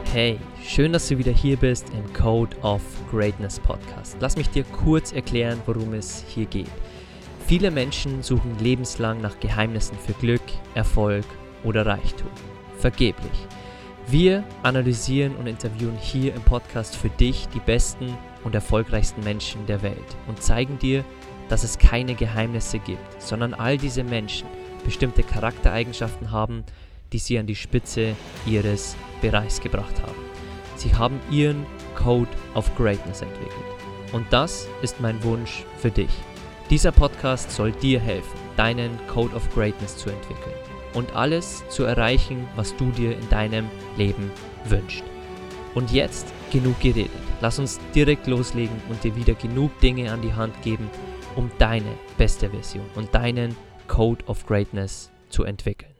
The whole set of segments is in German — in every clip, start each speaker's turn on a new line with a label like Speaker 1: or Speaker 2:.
Speaker 1: Hey, schön, dass du wieder hier bist im Code of Greatness Podcast. Lass mich dir kurz erklären, worum es hier geht. Viele Menschen suchen lebenslang nach Geheimnissen für Glück, Erfolg oder Reichtum. Vergeblich. Wir analysieren und interviewen hier im Podcast für dich die besten und erfolgreichsten Menschen der Welt und zeigen dir, dass es keine Geheimnisse gibt, sondern all diese Menschen bestimmte Charaktereigenschaften haben, die sie an die Spitze ihres Bereichs gebracht haben. Sie haben ihren Code of Greatness entwickelt. Und das ist mein Wunsch für dich. Dieser Podcast soll dir helfen, deinen Code of Greatness zu entwickeln und alles zu erreichen, was du dir in deinem Leben wünschst. Und jetzt genug geredet. Lass uns direkt loslegen und dir wieder genug Dinge an die Hand geben, um deine beste Version und deinen Code of Greatness zu entwickeln.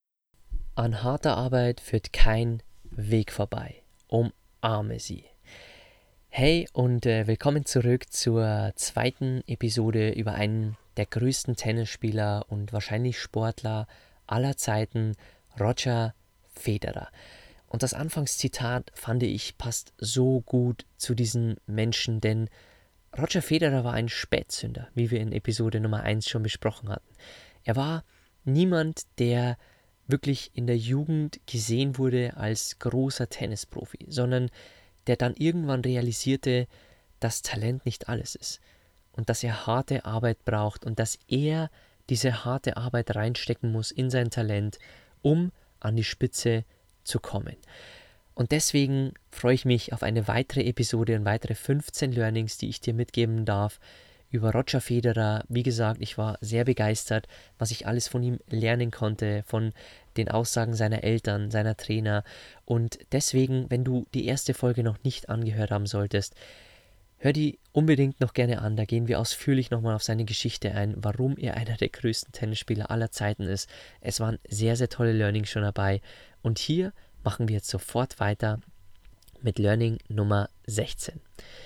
Speaker 1: An harter Arbeit führt kein Weg vorbei. Umarme sie. Hey und willkommen zurück zur zweiten Episode über einen der größten Tennisspieler und wahrscheinlich Sportler aller Zeiten, Roger Federer. Und das Anfangszitat, fand ich, passt so gut zu diesem Menschen, denn Roger Federer war ein Spätzünder, wie wir in Episode Nummer 1 schon besprochen hatten. Er war niemand, der wirklich in der Jugend gesehen wurde als großer Tennisprofi, sondern der dann irgendwann realisierte, dass Talent nicht alles ist und dass er harte Arbeit braucht und dass er diese harte Arbeit reinstecken muss in sein Talent, um an die Spitze zu kommen. Und deswegen freue ich mich auf eine weitere Episode und weitere 15 Learnings, die ich dir mitgeben darf über Roger Federer. Wie gesagt, ich war sehr begeistert, was ich alles von ihm lernen konnte, von den Aussagen seiner Eltern, seiner Trainer. Und deswegen, wenn du die erste Folge noch nicht angehört haben solltest, hör die unbedingt noch gerne an. Da gehen wir ausführlich nochmal auf seine Geschichte ein, warum er einer der größten Tennisspieler aller Zeiten ist. Es waren sehr, sehr tolle Learnings schon dabei. Und hier machen wir jetzt sofort weiter mit Learning Nummer 16.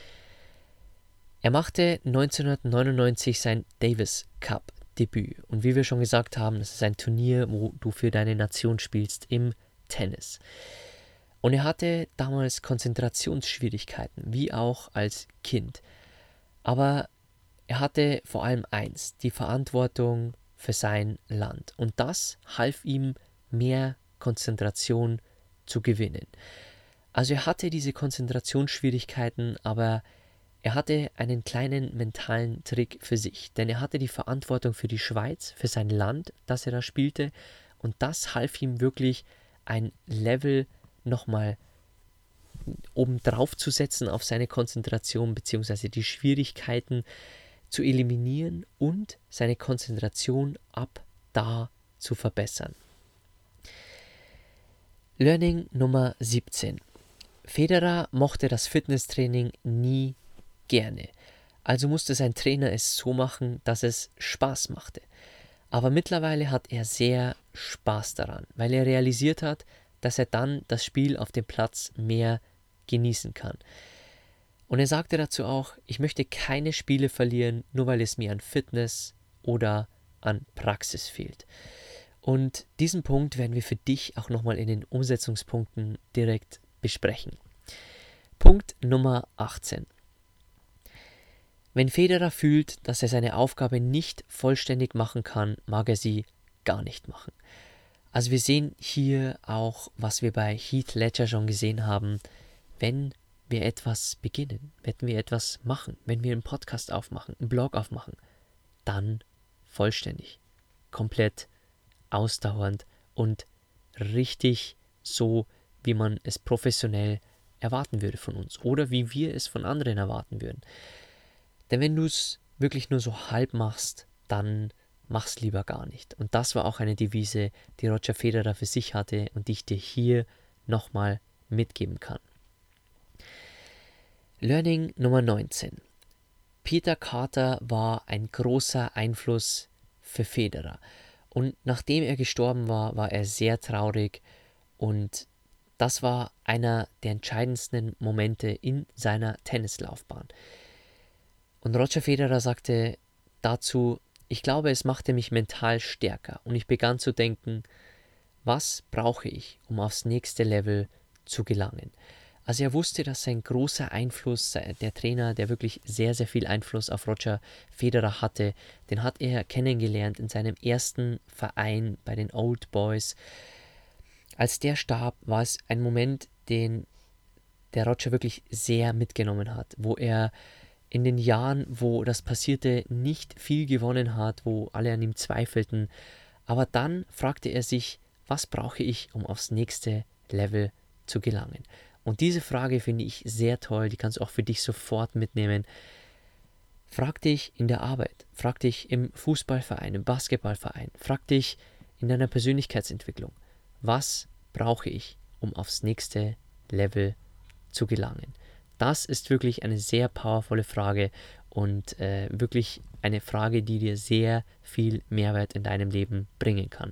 Speaker 1: Er machte 1999 sein Davis Cup Debüt. Und wie wir schon gesagt haben, das ist ein Turnier, wo du für deine Nation spielst im Tennis. Und er hatte damals Konzentrationsschwierigkeiten, wie auch als Kind. Aber er hatte vor allem eins, die Verantwortung für sein Land. Und das half ihm, mehr Konzentration zu gewinnen. Also er hatte diese Konzentrationsschwierigkeiten, aber er hatte einen kleinen mentalen Trick für sich, denn er hatte die Verantwortung für die Schweiz, für sein Land, das er da spielte, und das half ihm wirklich, ein Level nochmal obendrauf zu setzen auf seine Konzentration, beziehungsweise die Schwierigkeiten zu eliminieren und seine Konzentration ab da zu verbessern. Learning Nummer 17. Federer mochte das Fitnesstraining nie gerne. Also musste sein Trainer es so machen, dass es Spaß machte. Aber mittlerweile hat er sehr Spaß daran, weil er realisiert hat, dass er dann das Spiel auf dem Platz mehr genießen kann. Und er sagte dazu auch, ich möchte keine Spiele verlieren, nur weil es mir an Fitness oder an Praxis fehlt. Und diesen Punkt werden wir für dich auch nochmal in den Umsetzungspunkten direkt besprechen. Punkt Nummer 18. Wenn Federer fühlt, dass er seine Aufgabe nicht vollständig machen kann, mag er sie gar nicht machen. Also wir sehen hier auch, was wir bei Heath Ledger schon gesehen haben, wenn wir etwas beginnen, wenn wir etwas machen, wenn wir einen Podcast aufmachen, einen Blog aufmachen, dann vollständig, komplett, ausdauernd und richtig so, wie man es professionell erwarten würde von uns oder wie wir es von anderen erwarten würden. Denn wenn du es wirklich nur so halb machst, dann mach's lieber gar nicht. Und das war auch eine Devise, die Roger Federer für sich hatte und die ich dir hier nochmal mitgeben kann. Learning Nummer 19. Peter Carter war ein großer Einfluss für Federer. Und nachdem er gestorben war, war er sehr traurig und das war einer der entscheidendsten Momente in seiner Tennislaufbahn. Und Roger Federer sagte dazu, ich glaube, es machte mich mental stärker und ich begann zu denken, was brauche ich, um aufs nächste Level zu gelangen. Also er wusste, dass sein großer Einfluss, der Trainer, der wirklich sehr, sehr viel Einfluss auf Roger Federer hatte, den hat er kennengelernt in seinem ersten Verein bei den Old Boys. Als der starb, war es ein Moment, den der Roger wirklich sehr mitgenommen hat, wo er in den Jahren, wo das passierte, nicht viel gewonnen hat, wo alle an ihm zweifelten. Aber dann fragte er sich, was brauche ich, um aufs nächste Level zu gelangen? Und diese Frage finde ich sehr toll, die kannst du auch für dich sofort mitnehmen. Frag dich in der Arbeit, frag dich im Fußballverein, im Basketballverein, frag dich in deiner Persönlichkeitsentwicklung, was brauche ich, um aufs nächste Level zu gelangen? Das ist wirklich eine sehr powervolle Frage und wirklich eine Frage, die dir sehr viel Mehrwert in deinem Leben bringen kann.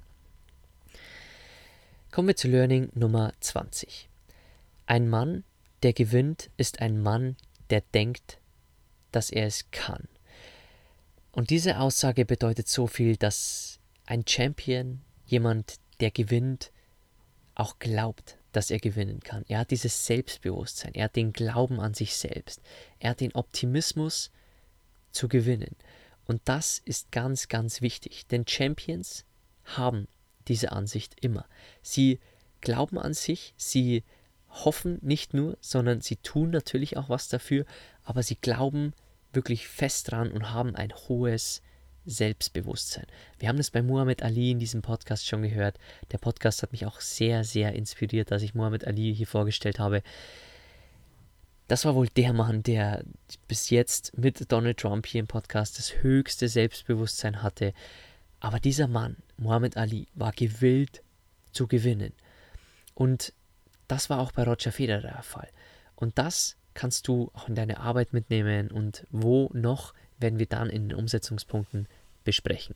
Speaker 1: Kommen wir zu Learning Nummer 20. Ein Mann, der gewinnt, ist ein Mann, der denkt, dass er es kann. Und diese Aussage bedeutet so viel, dass ein Champion, jemand, der gewinnt, auch glaubt, dass er gewinnen kann. Er hat dieses Selbstbewusstsein, er hat den Glauben an sich selbst, er hat den Optimismus zu gewinnen. Und das ist ganz, ganz wichtig, denn Champions haben diese Ansicht immer. Sie glauben an sich, sie hoffen nicht nur, sondern sie tun natürlich auch was dafür, aber sie glauben wirklich fest dran und haben ein hohes Selbstbewusstsein. Wir haben das bei Muhammad Ali in diesem Podcast schon gehört. Der Podcast hat mich auch sehr, sehr inspiriert, als ich Muhammad Ali hier vorgestellt habe. Das war wohl der Mann, der bis jetzt mit Donald Trump hier im Podcast das höchste Selbstbewusstsein hatte. Aber dieser Mann, Muhammad Ali, war gewillt zu gewinnen. Und das war auch bei Roger Federer der Fall. Und das kannst du auch in deine Arbeit mitnehmen und wo noch, werden wir dann in den Umsetzungspunkten besprechen.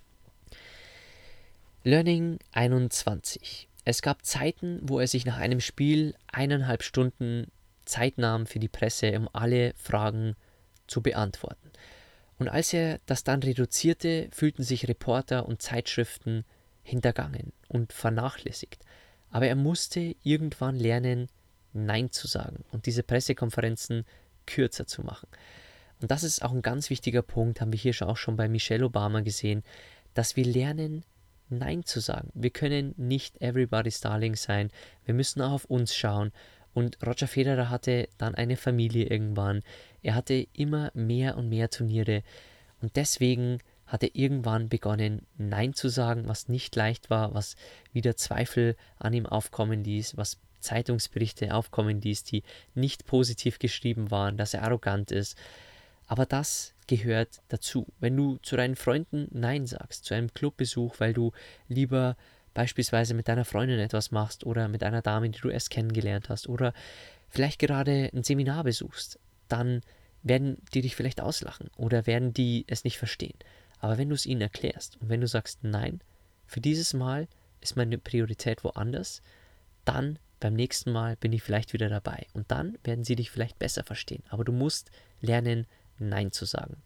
Speaker 1: Learning 21. Es gab Zeiten, wo er sich nach einem Spiel 1,5 Stunden Zeit nahm für die Presse, um alle Fragen zu beantworten. Und als er das dann reduzierte, fühlten sich Reporter und Zeitschriften hintergangen und vernachlässigt. Aber er musste irgendwann lernen, Nein zu sagen und diese Pressekonferenzen kürzer zu machen. Und das ist auch ein ganz wichtiger Punkt, haben wir hier auch schon bei Michelle Obama gesehen, dass wir lernen, Nein zu sagen. Wir können nicht everybody's darling sein, wir müssen auch auf uns schauen. Und Roger Federer hatte dann eine Familie irgendwann, er hatte immer mehr und mehr Turniere und deswegen hat er irgendwann begonnen, Nein zu sagen, was nicht leicht war, was wieder Zweifel an ihm aufkommen ließ, was Zeitungsberichte aufkommen ließ, die nicht positiv geschrieben waren, dass er arrogant ist. Aber das gehört dazu. Wenn du zu deinen Freunden Nein sagst, zu einem Clubbesuch, weil du lieber beispielsweise mit deiner Freundin etwas machst oder mit einer Dame, die du erst kennengelernt hast oder vielleicht gerade ein Seminar besuchst, dann werden die dich vielleicht auslachen oder werden die es nicht verstehen. Aber wenn du es ihnen erklärst und wenn du sagst, nein, für dieses Mal ist meine Priorität woanders, dann beim nächsten Mal bin ich vielleicht wieder dabei. Und dann werden sie dich vielleicht besser verstehen. Aber du musst lernen, Nein zu sagen.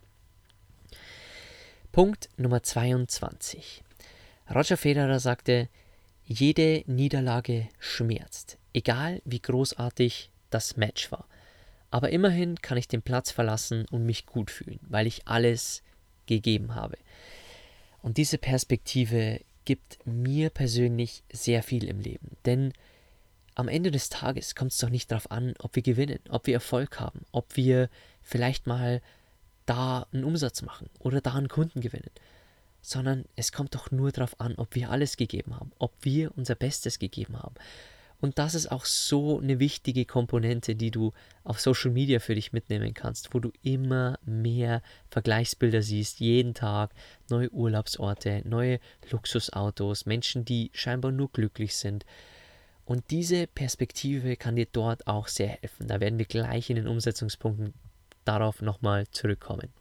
Speaker 1: Punkt Nummer 22. Roger Federer sagte, jede Niederlage schmerzt, egal wie großartig das Match war. Aber immerhin kann ich den Platz verlassen und mich gut fühlen, weil ich alles gegeben habe. Und diese Perspektive gibt mir persönlich sehr viel im Leben, denn am Ende des Tages kommt es doch nicht darauf an, ob wir gewinnen, ob wir Erfolg haben, ob wir vielleicht mal da einen Umsatz machen oder da einen Kunden gewinnen, sondern es kommt doch nur darauf an, ob wir alles gegeben haben, ob wir unser Bestes gegeben haben. Und das ist auch so eine wichtige Komponente, die du auf Social Media für dich mitnehmen kannst, wo du immer mehr Vergleichsbilder siehst, jeden Tag neue Urlaubsorte, neue Luxusautos, Menschen, die scheinbar nur glücklich sind. Und diese Perspektive kann dir dort auch sehr helfen. Da werden wir gleich in den Umsetzungspunkten darauf nochmal zurückkommen.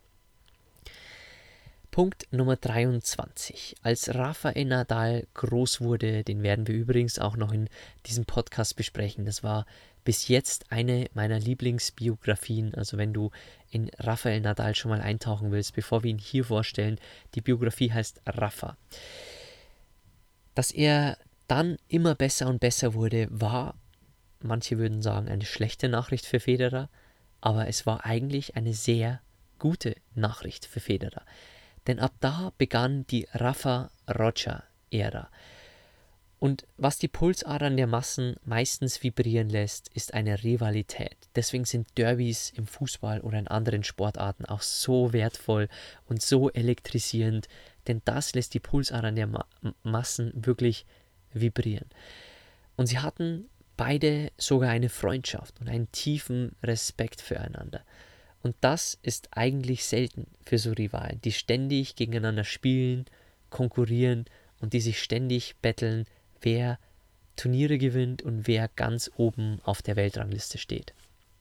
Speaker 1: Punkt Nummer 23. Als Rafael Nadal groß wurde, den werden wir übrigens auch noch in diesem Podcast besprechen. Das war bis jetzt eine meiner Lieblingsbiografien. Also wenn du in Rafael Nadal schon mal eintauchen willst, bevor wir ihn hier vorstellen, die Biografie heißt Rafa. Dass er dann immer besser und besser wurde, war manche würden sagen, eine schlechte Nachricht für Federer, aber es war eigentlich eine sehr gute Nachricht für Federer. Denn ab da begann die Rafa-Roger-Ära. Und was die Pulsadern der Massen meistens vibrieren lässt, ist eine Rivalität. Deswegen sind Derbys im Fußball oder in anderen Sportarten auch so wertvoll und so elektrisierend, denn das lässt die Pulsadern der Massen wirklich vibrieren. Und sie hatten beide sogar eine Freundschaft und einen tiefen Respekt füreinander. Und das ist eigentlich selten für so Rivalen, die ständig gegeneinander spielen, konkurrieren und die sich ständig betteln, wer Turniere gewinnt und wer ganz oben auf der Weltrangliste steht.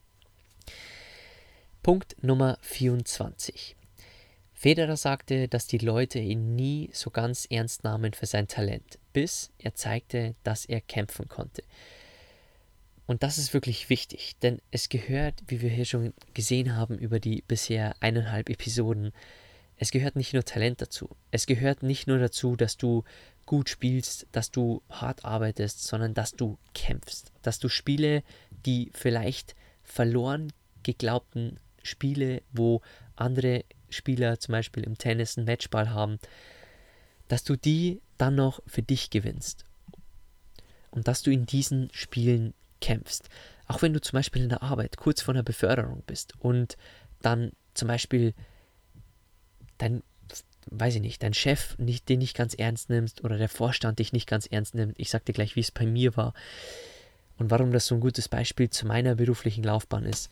Speaker 1: Punkt Nummer 24. Federer sagte, dass die Leute ihn nie so ganz ernst nahmen für sein Talent, bis er zeigte, dass er kämpfen konnte. Und das ist wirklich wichtig, denn es gehört, wie wir hier schon gesehen haben über die bisher 1,5 Episoden, es gehört nicht nur Talent dazu. Es gehört nicht nur dazu, dass du gut spielst, dass du hart arbeitest, sondern dass du kämpfst. Dass du Spiele, die vielleicht verloren geglaubten Spiele, wo andere Spieler zum Beispiel im Tennis einen Matchball haben, dass du die dann noch für dich gewinnst. Und dass du in diesen Spielen kämpfst. Auch wenn du zum Beispiel in der Arbeit kurz vor einer Beförderung bist und dann zum Beispiel dein Chef den nicht ganz ernst nimmst oder der Vorstand dich nicht ganz ernst nimmt. Ich sag dir gleich, wie es bei mir war und warum das so ein gutes Beispiel zu meiner beruflichen Laufbahn ist.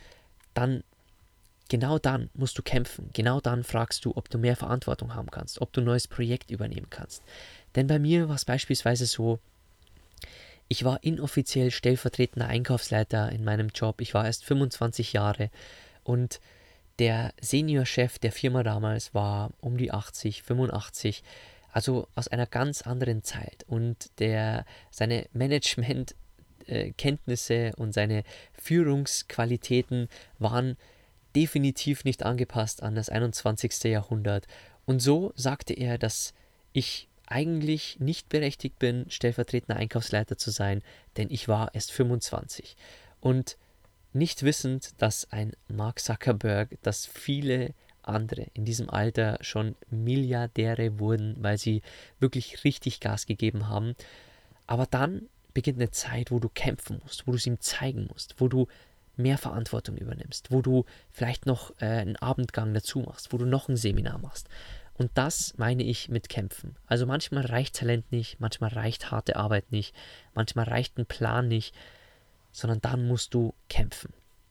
Speaker 1: Genau dann musst du kämpfen. Genau dann fragst du, ob du mehr Verantwortung haben kannst, ob du ein neues Projekt übernehmen kannst. Denn bei mir war es beispielsweise so, ich war inoffiziell stellvertretender Einkaufsleiter in meinem Job. Ich war erst 25 Jahre und der Seniorchef der Firma damals war um die 80, 85, also aus einer ganz anderen Zeit. Und seine Managementkenntnisse und seine Führungsqualitäten waren definitiv nicht angepasst an das 21. Jahrhundert. Und so sagte er, dass ich eigentlich nicht berechtigt bin, stellvertretender Einkaufsleiter zu sein, denn ich war erst 25. Und nicht wissend, dass ein Mark Zuckerberg, dass viele andere in diesem Alter schon Milliardäre wurden, weil sie wirklich richtig Gas gegeben haben. Aber dann beginnt eine Zeit, wo du kämpfen musst, wo du es ihm zeigen musst, wo du mehr Verantwortung übernimmst, wo du vielleicht noch einen Abendgang dazu machst, wo du noch ein Seminar machst. Und das meine ich mit Kämpfen. Also manchmal reicht Talent nicht, manchmal reicht harte Arbeit nicht, manchmal reicht ein Plan nicht, sondern dann musst du kämpfen.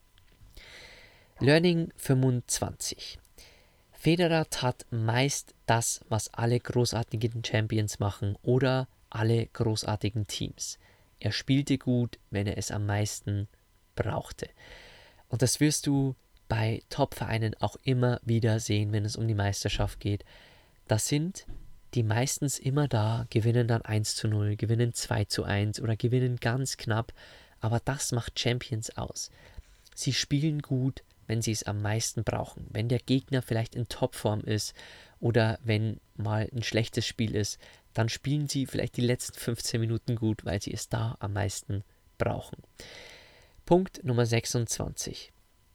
Speaker 1: Learning 25. Federer tat meist das, was alle großartigen Champions machen oder alle großartigen Teams. Er spielte gut, wenn er es am meisten brauchte. Und das wirst du bei Top-Vereinen auch immer wieder sehen, wenn es um die Meisterschaft geht. Das sind die meistens immer da, gewinnen dann 1:0, gewinnen 2:1 oder gewinnen ganz knapp. Aber das macht Champions aus. Sie spielen gut, wenn sie es am meisten brauchen. Wenn der Gegner vielleicht in Topform ist oder wenn mal ein schlechtes Spiel ist, dann spielen sie vielleicht die letzten 15 Minuten gut, weil sie es da am meisten brauchen. Punkt Nummer 26.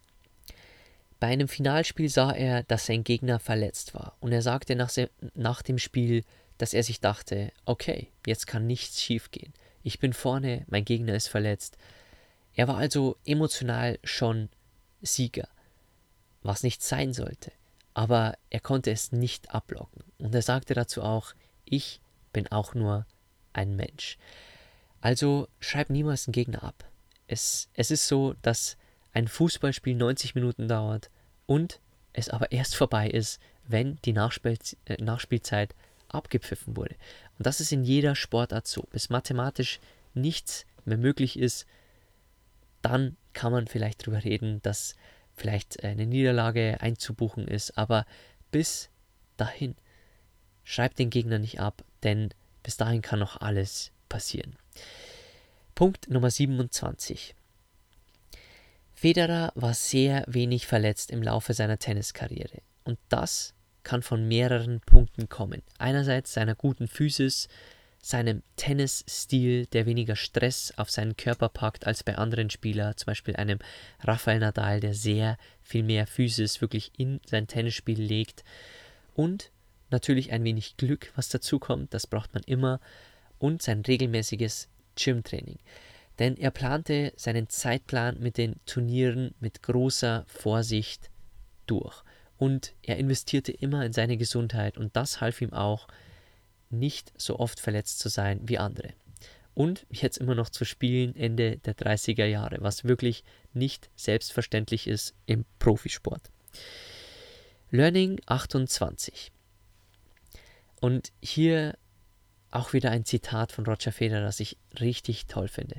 Speaker 1: Bei einem Finalspiel sah er, dass sein Gegner verletzt war. Und er sagte nach dem Spiel, dass er sich dachte, okay, jetzt kann nichts schief gehen. Ich bin vorne, mein Gegner ist verletzt. Er war also emotional schon Sieger, was nicht sein sollte. Aber er konnte es nicht ablocken. Und er sagte dazu auch, ich bin auch nur ein Mensch. Also schreib niemals einen Gegner ab. Es ist so, dass ein Fußballspiel 90 Minuten dauert und es aber erst vorbei ist, wenn die Nachspielzeit abgepfiffen wurde. Und das ist in jeder Sportart so. Bis mathematisch nichts mehr möglich ist, dann kann man vielleicht drüber reden, dass vielleicht eine Niederlage einzubuchen ist. Aber bis dahin, schreib den Gegner nicht ab, denn bis dahin kann noch alles passieren. Punkt Nummer 27. Federer war sehr wenig verletzt im Laufe seiner Tenniskarriere. Und das kann von mehreren Punkten kommen. Einerseits seiner guten Physis, seinem Tennisstil, der weniger Stress auf seinen Körper packt als bei anderen Spielern, zum Beispiel einem Rafael Nadal, der sehr viel mehr Physis wirklich in sein Tennisspiel legt. Und natürlich ein wenig Glück, was dazu kommt, das braucht man immer, und sein regelmäßiges Gymtraining. Denn er plante seinen Zeitplan mit den Turnieren mit großer Vorsicht durch. Und er investierte immer in seine Gesundheit und das half ihm auch, nicht so oft verletzt zu sein wie andere. Und jetzt immer noch zu spielen Ende der 30er Jahre, was wirklich nicht selbstverständlich ist im Profisport. Learning 28. Und hier auch wieder ein Zitat von Roger Federer, das ich richtig toll finde.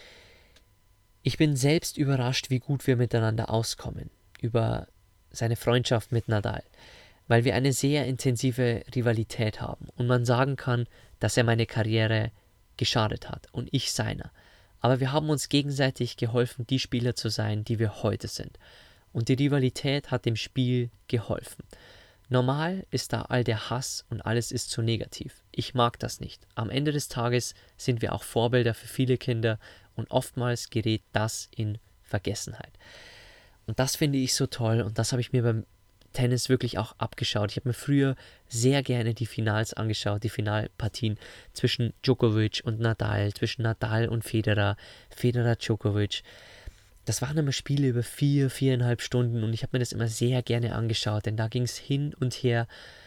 Speaker 1: Ich bin selbst überrascht, wie gut wir miteinander auskommen, über seine Freundschaft mit Nadal, weil wir eine sehr intensive Rivalität haben und man sagen kann, dass er meine Karriere geschadet hat und ich seiner. Aber wir haben uns gegenseitig geholfen, die Spieler zu sein, die wir heute sind. Und die Rivalität hat dem Spiel geholfen. Normal ist da all der Hass und alles ist zu negativ. Ich mag das nicht. Am Ende des Tages sind wir auch Vorbilder für viele Kinder und oftmals gerät das in Vergessenheit. Und das finde ich so toll und das habe ich mir beim Tennis wirklich auch abgeschaut. Ich habe mir früher sehr gerne die Finals angeschaut, die Finalpartien zwischen Djokovic und Nadal, zwischen Nadal und Federer, Federer-Djokovic. Das waren immer Spiele über 4,5 Stunden und ich habe mir das immer sehr gerne angeschaut, denn da ging es hin und her.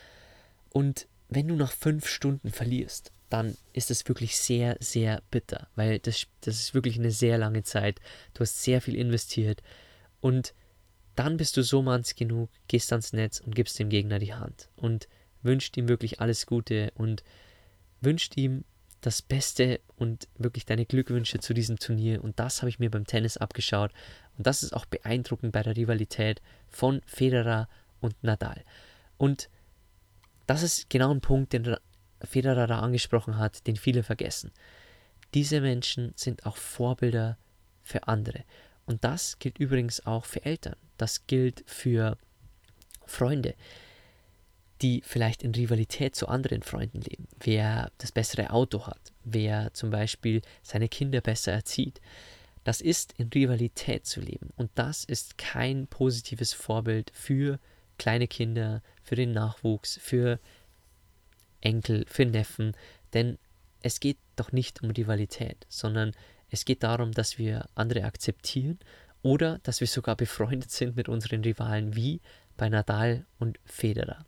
Speaker 1: Und wenn du nach 5 Stunden verlierst, dann ist es wirklich sehr, sehr bitter, weil das ist wirklich eine sehr lange Zeit. Du hast sehr viel investiert und dann bist du so manns genug, gehst ans Netz und gibst dem Gegner die Hand und wünscht ihm wirklich alles Gute und wünscht ihm das Beste und wirklich deine Glückwünsche zu diesem Turnier. Und das habe ich mir beim Tennis abgeschaut und das ist auch beeindruckend bei der Rivalität von Federer und Nadal. Und das ist genau ein Punkt, den Federer da angesprochen hat, den viele vergessen. Diese Menschen sind auch Vorbilder für andere. Und das gilt übrigens auch für Eltern. Das gilt für Freunde, die vielleicht in Rivalität zu anderen Freunden leben. Wer das bessere Auto hat, wer zum Beispiel seine Kinder besser erzieht. Das ist in Rivalität zu leben. Und das ist kein positives Vorbild für kleine Kinder, für den Nachwuchs, für Enkel, für Neffen. Denn es geht doch nicht um Rivalität, sondern es geht darum, dass wir andere akzeptieren oder dass wir sogar befreundet sind mit unseren Rivalen, wie bei Nadal und Federer.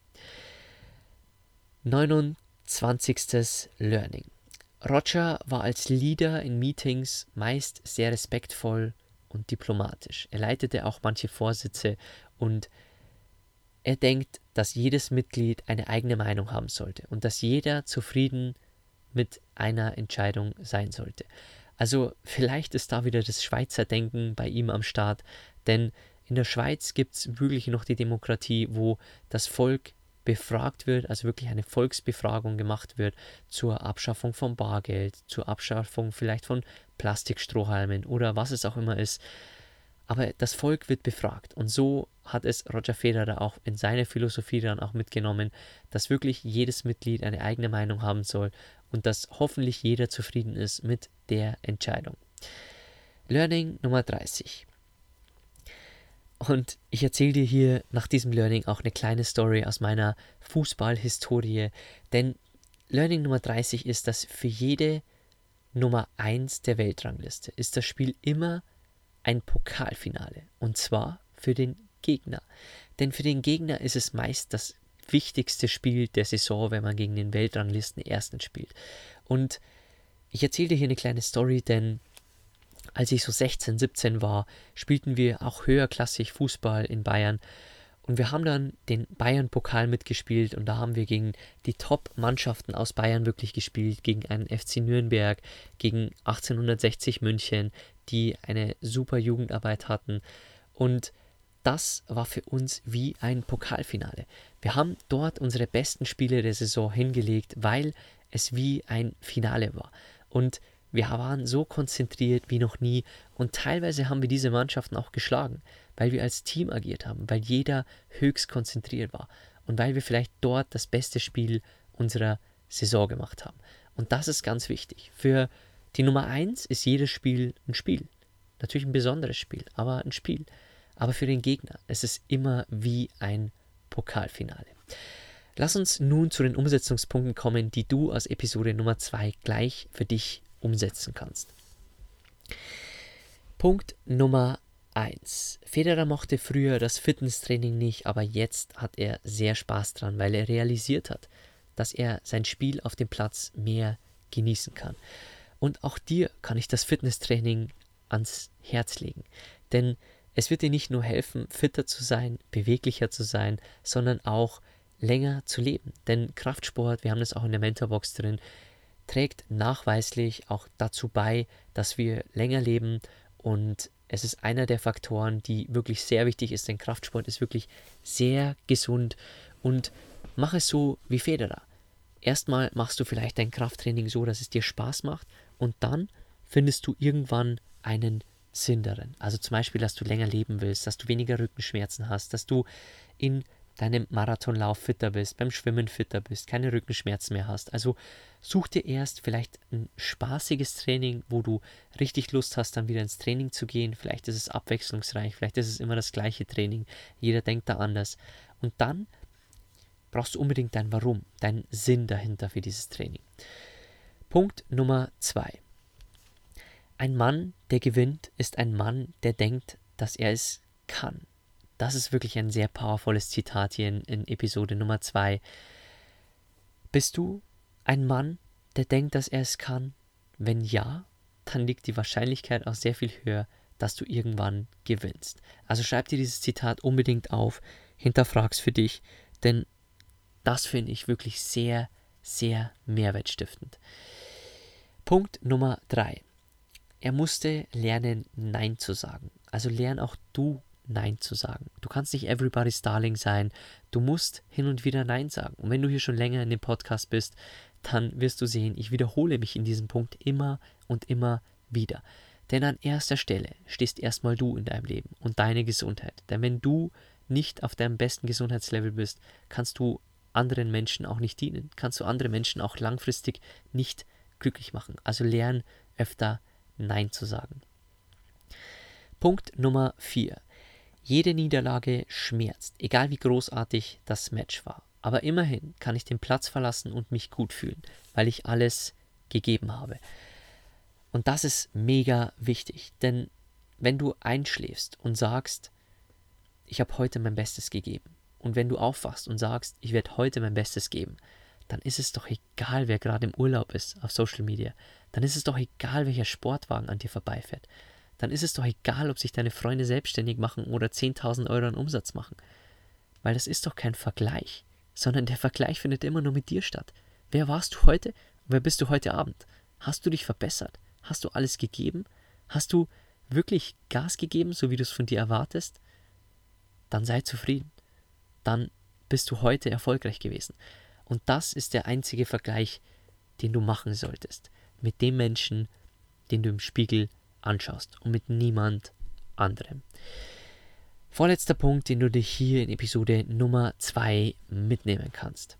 Speaker 1: 29. Learning. Roger war als Leader in Meetings meist sehr respektvoll und diplomatisch. Er leitete auch manche Vorsitze und er denkt, dass jedes Mitglied eine eigene Meinung haben sollte und dass jeder zufrieden mit einer Entscheidung sein sollte. Also vielleicht ist da wieder das Schweizer Denken bei ihm am Start, denn in der Schweiz gibt es wirklich noch die Demokratie, wo das Volk befragt wird, also wirklich eine Volksbefragung gemacht wird zur Abschaffung von Bargeld, zur Abschaffung vielleicht von Plastikstrohhalmen oder was es auch immer ist. Aber das Volk wird befragt und so hat es Roger Federer auch in seiner Philosophie dann auch mitgenommen, dass wirklich jedes Mitglied eine eigene Meinung haben soll und dass hoffentlich jeder zufrieden ist mit der Entscheidung. Learning Nummer 30. Und ich erzähle dir hier nach diesem Learning auch eine kleine Story aus meiner Fußballhistorie, denn Learning Nummer 30 ist, dass für jede Nummer 1 der Weltrangliste ist das Spiel immer ein Pokalfinale und zwar für den Gegner. Denn für den Gegner ist es meist das wichtigste Spiel der Saison, wenn man gegen den Weltranglisten-Ersten spielt. Und ich erzähle dir hier eine kleine Story, denn als ich so 16, 17 war, spielten wir auch höherklassig Fußball in Bayern und wir haben dann den Bayern-Pokal mitgespielt und da haben wir gegen die Top-Mannschaften aus Bayern wirklich gespielt, gegen einen FC Nürnberg, gegen 1860 München, die eine super Jugendarbeit hatten und das war für uns wie ein Pokalfinale. Wir haben dort unsere besten Spiele der Saison hingelegt, weil es wie ein Finale war und wir waren so konzentriert wie noch nie und teilweise haben wir diese Mannschaften auch geschlagen, weil wir als Team agiert haben, weil jeder höchst konzentriert war und weil wir vielleicht dort das beste Spiel unserer Saison gemacht haben. Und das ist ganz wichtig. Für die Nummer 1 ist jedes Spiel ein Spiel. Natürlich ein besonderes Spiel, aber ein Spiel. Aber für den Gegner ist es immer wie ein Pokalfinale. Lass uns nun zu den Umsetzungspunkten kommen, die du aus Episode Nummer 2 gleich für dich umsetzen kannst. Punkt Nummer 1. Federer mochte früher das Fitnesstraining nicht, aber jetzt hat er sehr Spaß dran, weil er realisiert hat, dass er sein Spiel auf dem Platz mehr genießen kann. Und auch dir kann ich das Fitnesstraining ans Herz legen, denn es wird dir nicht nur helfen, fitter zu sein, beweglicher zu sein, sondern auch länger zu leben. Denn Kraftsport, wir haben das auch in der Mentorbox drin, trägt nachweislich auch dazu bei, dass wir länger leben, und es ist einer der Faktoren, die wirklich sehr wichtig ist, denn Kraftsport ist wirklich sehr gesund. Und mach es so wie Federer. Erstmal machst du vielleicht dein Krafttraining so, dass es dir Spaß macht, und dann findest du irgendwann einen Sinn darin. Also zum Beispiel, dass du länger leben willst, dass du weniger Rückenschmerzen hast, dass du in deinem Marathonlauf fitter bist, beim Schwimmen fitter bist, keine Rückenschmerzen mehr hast. Also such dir erst vielleicht ein spaßiges Training, wo du richtig Lust hast, dann wieder ins Training zu gehen. Vielleicht ist es abwechslungsreich, vielleicht ist es immer das gleiche Training. Jeder denkt da anders. Und dann brauchst du unbedingt dein Warum, deinen Sinn dahinter für dieses Training. Punkt Nummer 2. Ein Mann, der gewinnt, ist ein Mann, der denkt, dass er es kann. Das ist wirklich ein sehr powervolles Zitat hier in Episode Nummer 2. Bist du ein Mann, der denkt, dass er es kann? Wenn ja, dann liegt die Wahrscheinlichkeit auch sehr viel höher, dass du irgendwann gewinnst. Also schreib dir dieses Zitat unbedingt auf, hinterfrag's für dich, denn das finde ich wirklich sehr, sehr mehrwertstiftend. Punkt Nummer 3. Er musste lernen, Nein zu sagen. Also lern auch du Nein zu sagen. Du kannst nicht everybody's darling sein. Du musst hin und wieder Nein sagen. Und wenn du hier schon länger in dem Podcast bist, dann wirst du sehen, ich wiederhole mich in diesem Punkt immer und immer wieder. Denn an erster Stelle stehst erstmal du in deinem Leben und deine Gesundheit. Denn wenn du nicht auf deinem besten Gesundheitslevel bist, kannst du anderen Menschen auch nicht dienen. Kannst du andere Menschen auch langfristig nicht glücklich machen. Also lern öfter Nein zu sagen. Punkt Nummer 4. Jede Niederlage schmerzt, egal wie großartig das Match war. Aber immerhin kann ich den Platz verlassen und mich gut fühlen, weil ich alles gegeben habe. Und das ist mega wichtig, denn wenn du einschläfst und sagst, ich habe heute mein Bestes gegeben, und wenn du aufwachst und sagst, ich werde heute mein Bestes geben, dann ist es doch egal, wer gerade im Urlaub ist auf Social Media. Dann ist es doch egal, welcher Sportwagen an dir vorbeifährt. Dann ist es doch egal, ob sich deine Freunde selbstständig machen oder 10.000 Euro an Umsatz machen. Weil das ist doch kein Vergleich, sondern der Vergleich findet immer nur mit dir statt. Wer warst du heute? Wer bist du heute Abend? Hast du dich verbessert? Hast du alles gegeben? Hast du wirklich Gas gegeben, so wie du es von dir erwartest? Dann sei zufrieden. Dann bist du heute erfolgreich gewesen. Und das ist der einzige Vergleich, den du machen solltest. Mit dem Menschen, den du im Spiegel anschaust und mit niemand anderem. Vorletzter Punkt, den du dir hier in Episode Nummer 2 mitnehmen kannst.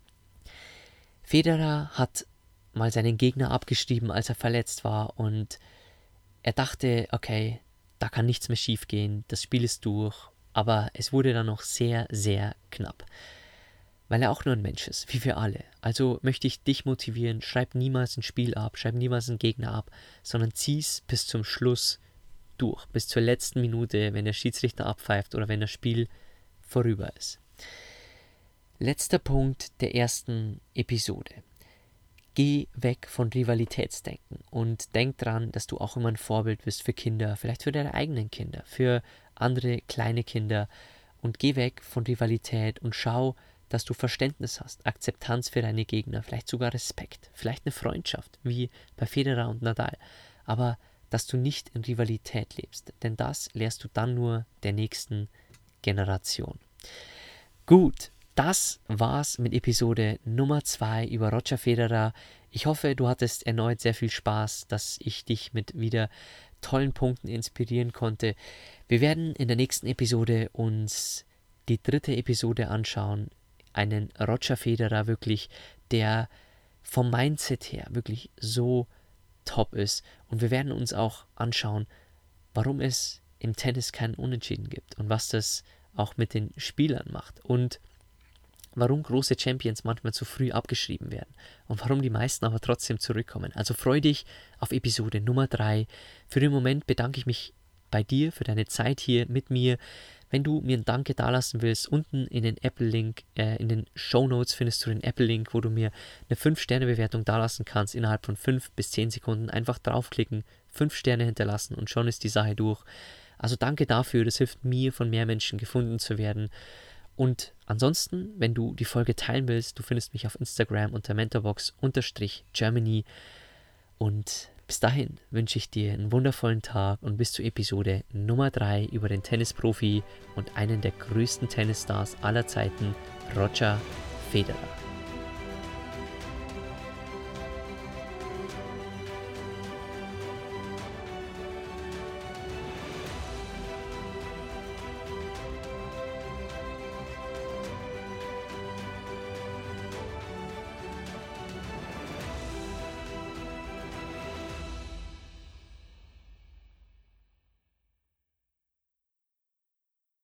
Speaker 1: Federer hat mal seinen Gegner abgeschrieben, als er verletzt war, und er dachte, okay, da kann nichts mehr schief gehen, das Spiel ist durch, aber es wurde dann noch sehr, sehr knapp. Weil er auch nur ein Mensch ist, wie wir alle. Also möchte ich dich motivieren, schreib niemals ein Spiel ab, schreib niemals einen Gegner ab, sondern zieh's bis zum Schluss durch, bis zur letzten Minute, wenn der Schiedsrichter abpfeift oder wenn das Spiel vorüber ist. Letzter Punkt der ersten Episode. Geh weg von Rivalitätsdenken und denk dran, dass du auch immer ein Vorbild bist für Kinder, vielleicht für deine eigenen Kinder, für andere kleine Kinder, und geh weg von Rivalität und schau, dass du Verständnis hast, Akzeptanz für deine Gegner, vielleicht sogar Respekt, vielleicht eine Freundschaft, wie bei Federer und Nadal, aber dass du nicht in Rivalität lebst, denn das lehrst du dann nur der nächsten Generation. Gut, das war's mit Episode Nummer 2 über Roger Federer. Ich hoffe, du hattest erneut sehr viel Spaß, dass ich dich mit wieder tollen Punkten inspirieren konnte. Wir werden in der nächsten Episode uns die 3. Episode anschauen, einen Roger Federer wirklich, der vom Mindset her wirklich so top ist. Und wir werden uns auch anschauen, warum es im Tennis keinen Unentschieden gibt und was das auch mit den Spielern macht und warum große Champions manchmal zu früh abgeschrieben werden und warum die meisten aber trotzdem zurückkommen. Also freu dich auf Episode Nummer 3. Für den Moment bedanke ich mich bei dir für deine Zeit hier mit mir. Wenn du mir ein Danke dalassen willst, unten in den Apple-Link, in den Shownotes findest du den Apple-Link, wo du mir eine 5-Sterne-Bewertung dalassen kannst, innerhalb von 5 bis 10 Sekunden. Einfach draufklicken, 5 Sterne hinterlassen und schon ist die Sache durch. Also danke dafür, das hilft mir, von mehr Menschen gefunden zu werden. Und ansonsten, wenn du die Folge teilen willst, du findest mich auf Instagram unter mentorbox_Germany. Und bis dahin wünsche ich dir einen wundervollen Tag und bis zur Episode Nummer 3 über den Tennisprofi und einen der größten Tennisstars aller Zeiten, Roger Federer.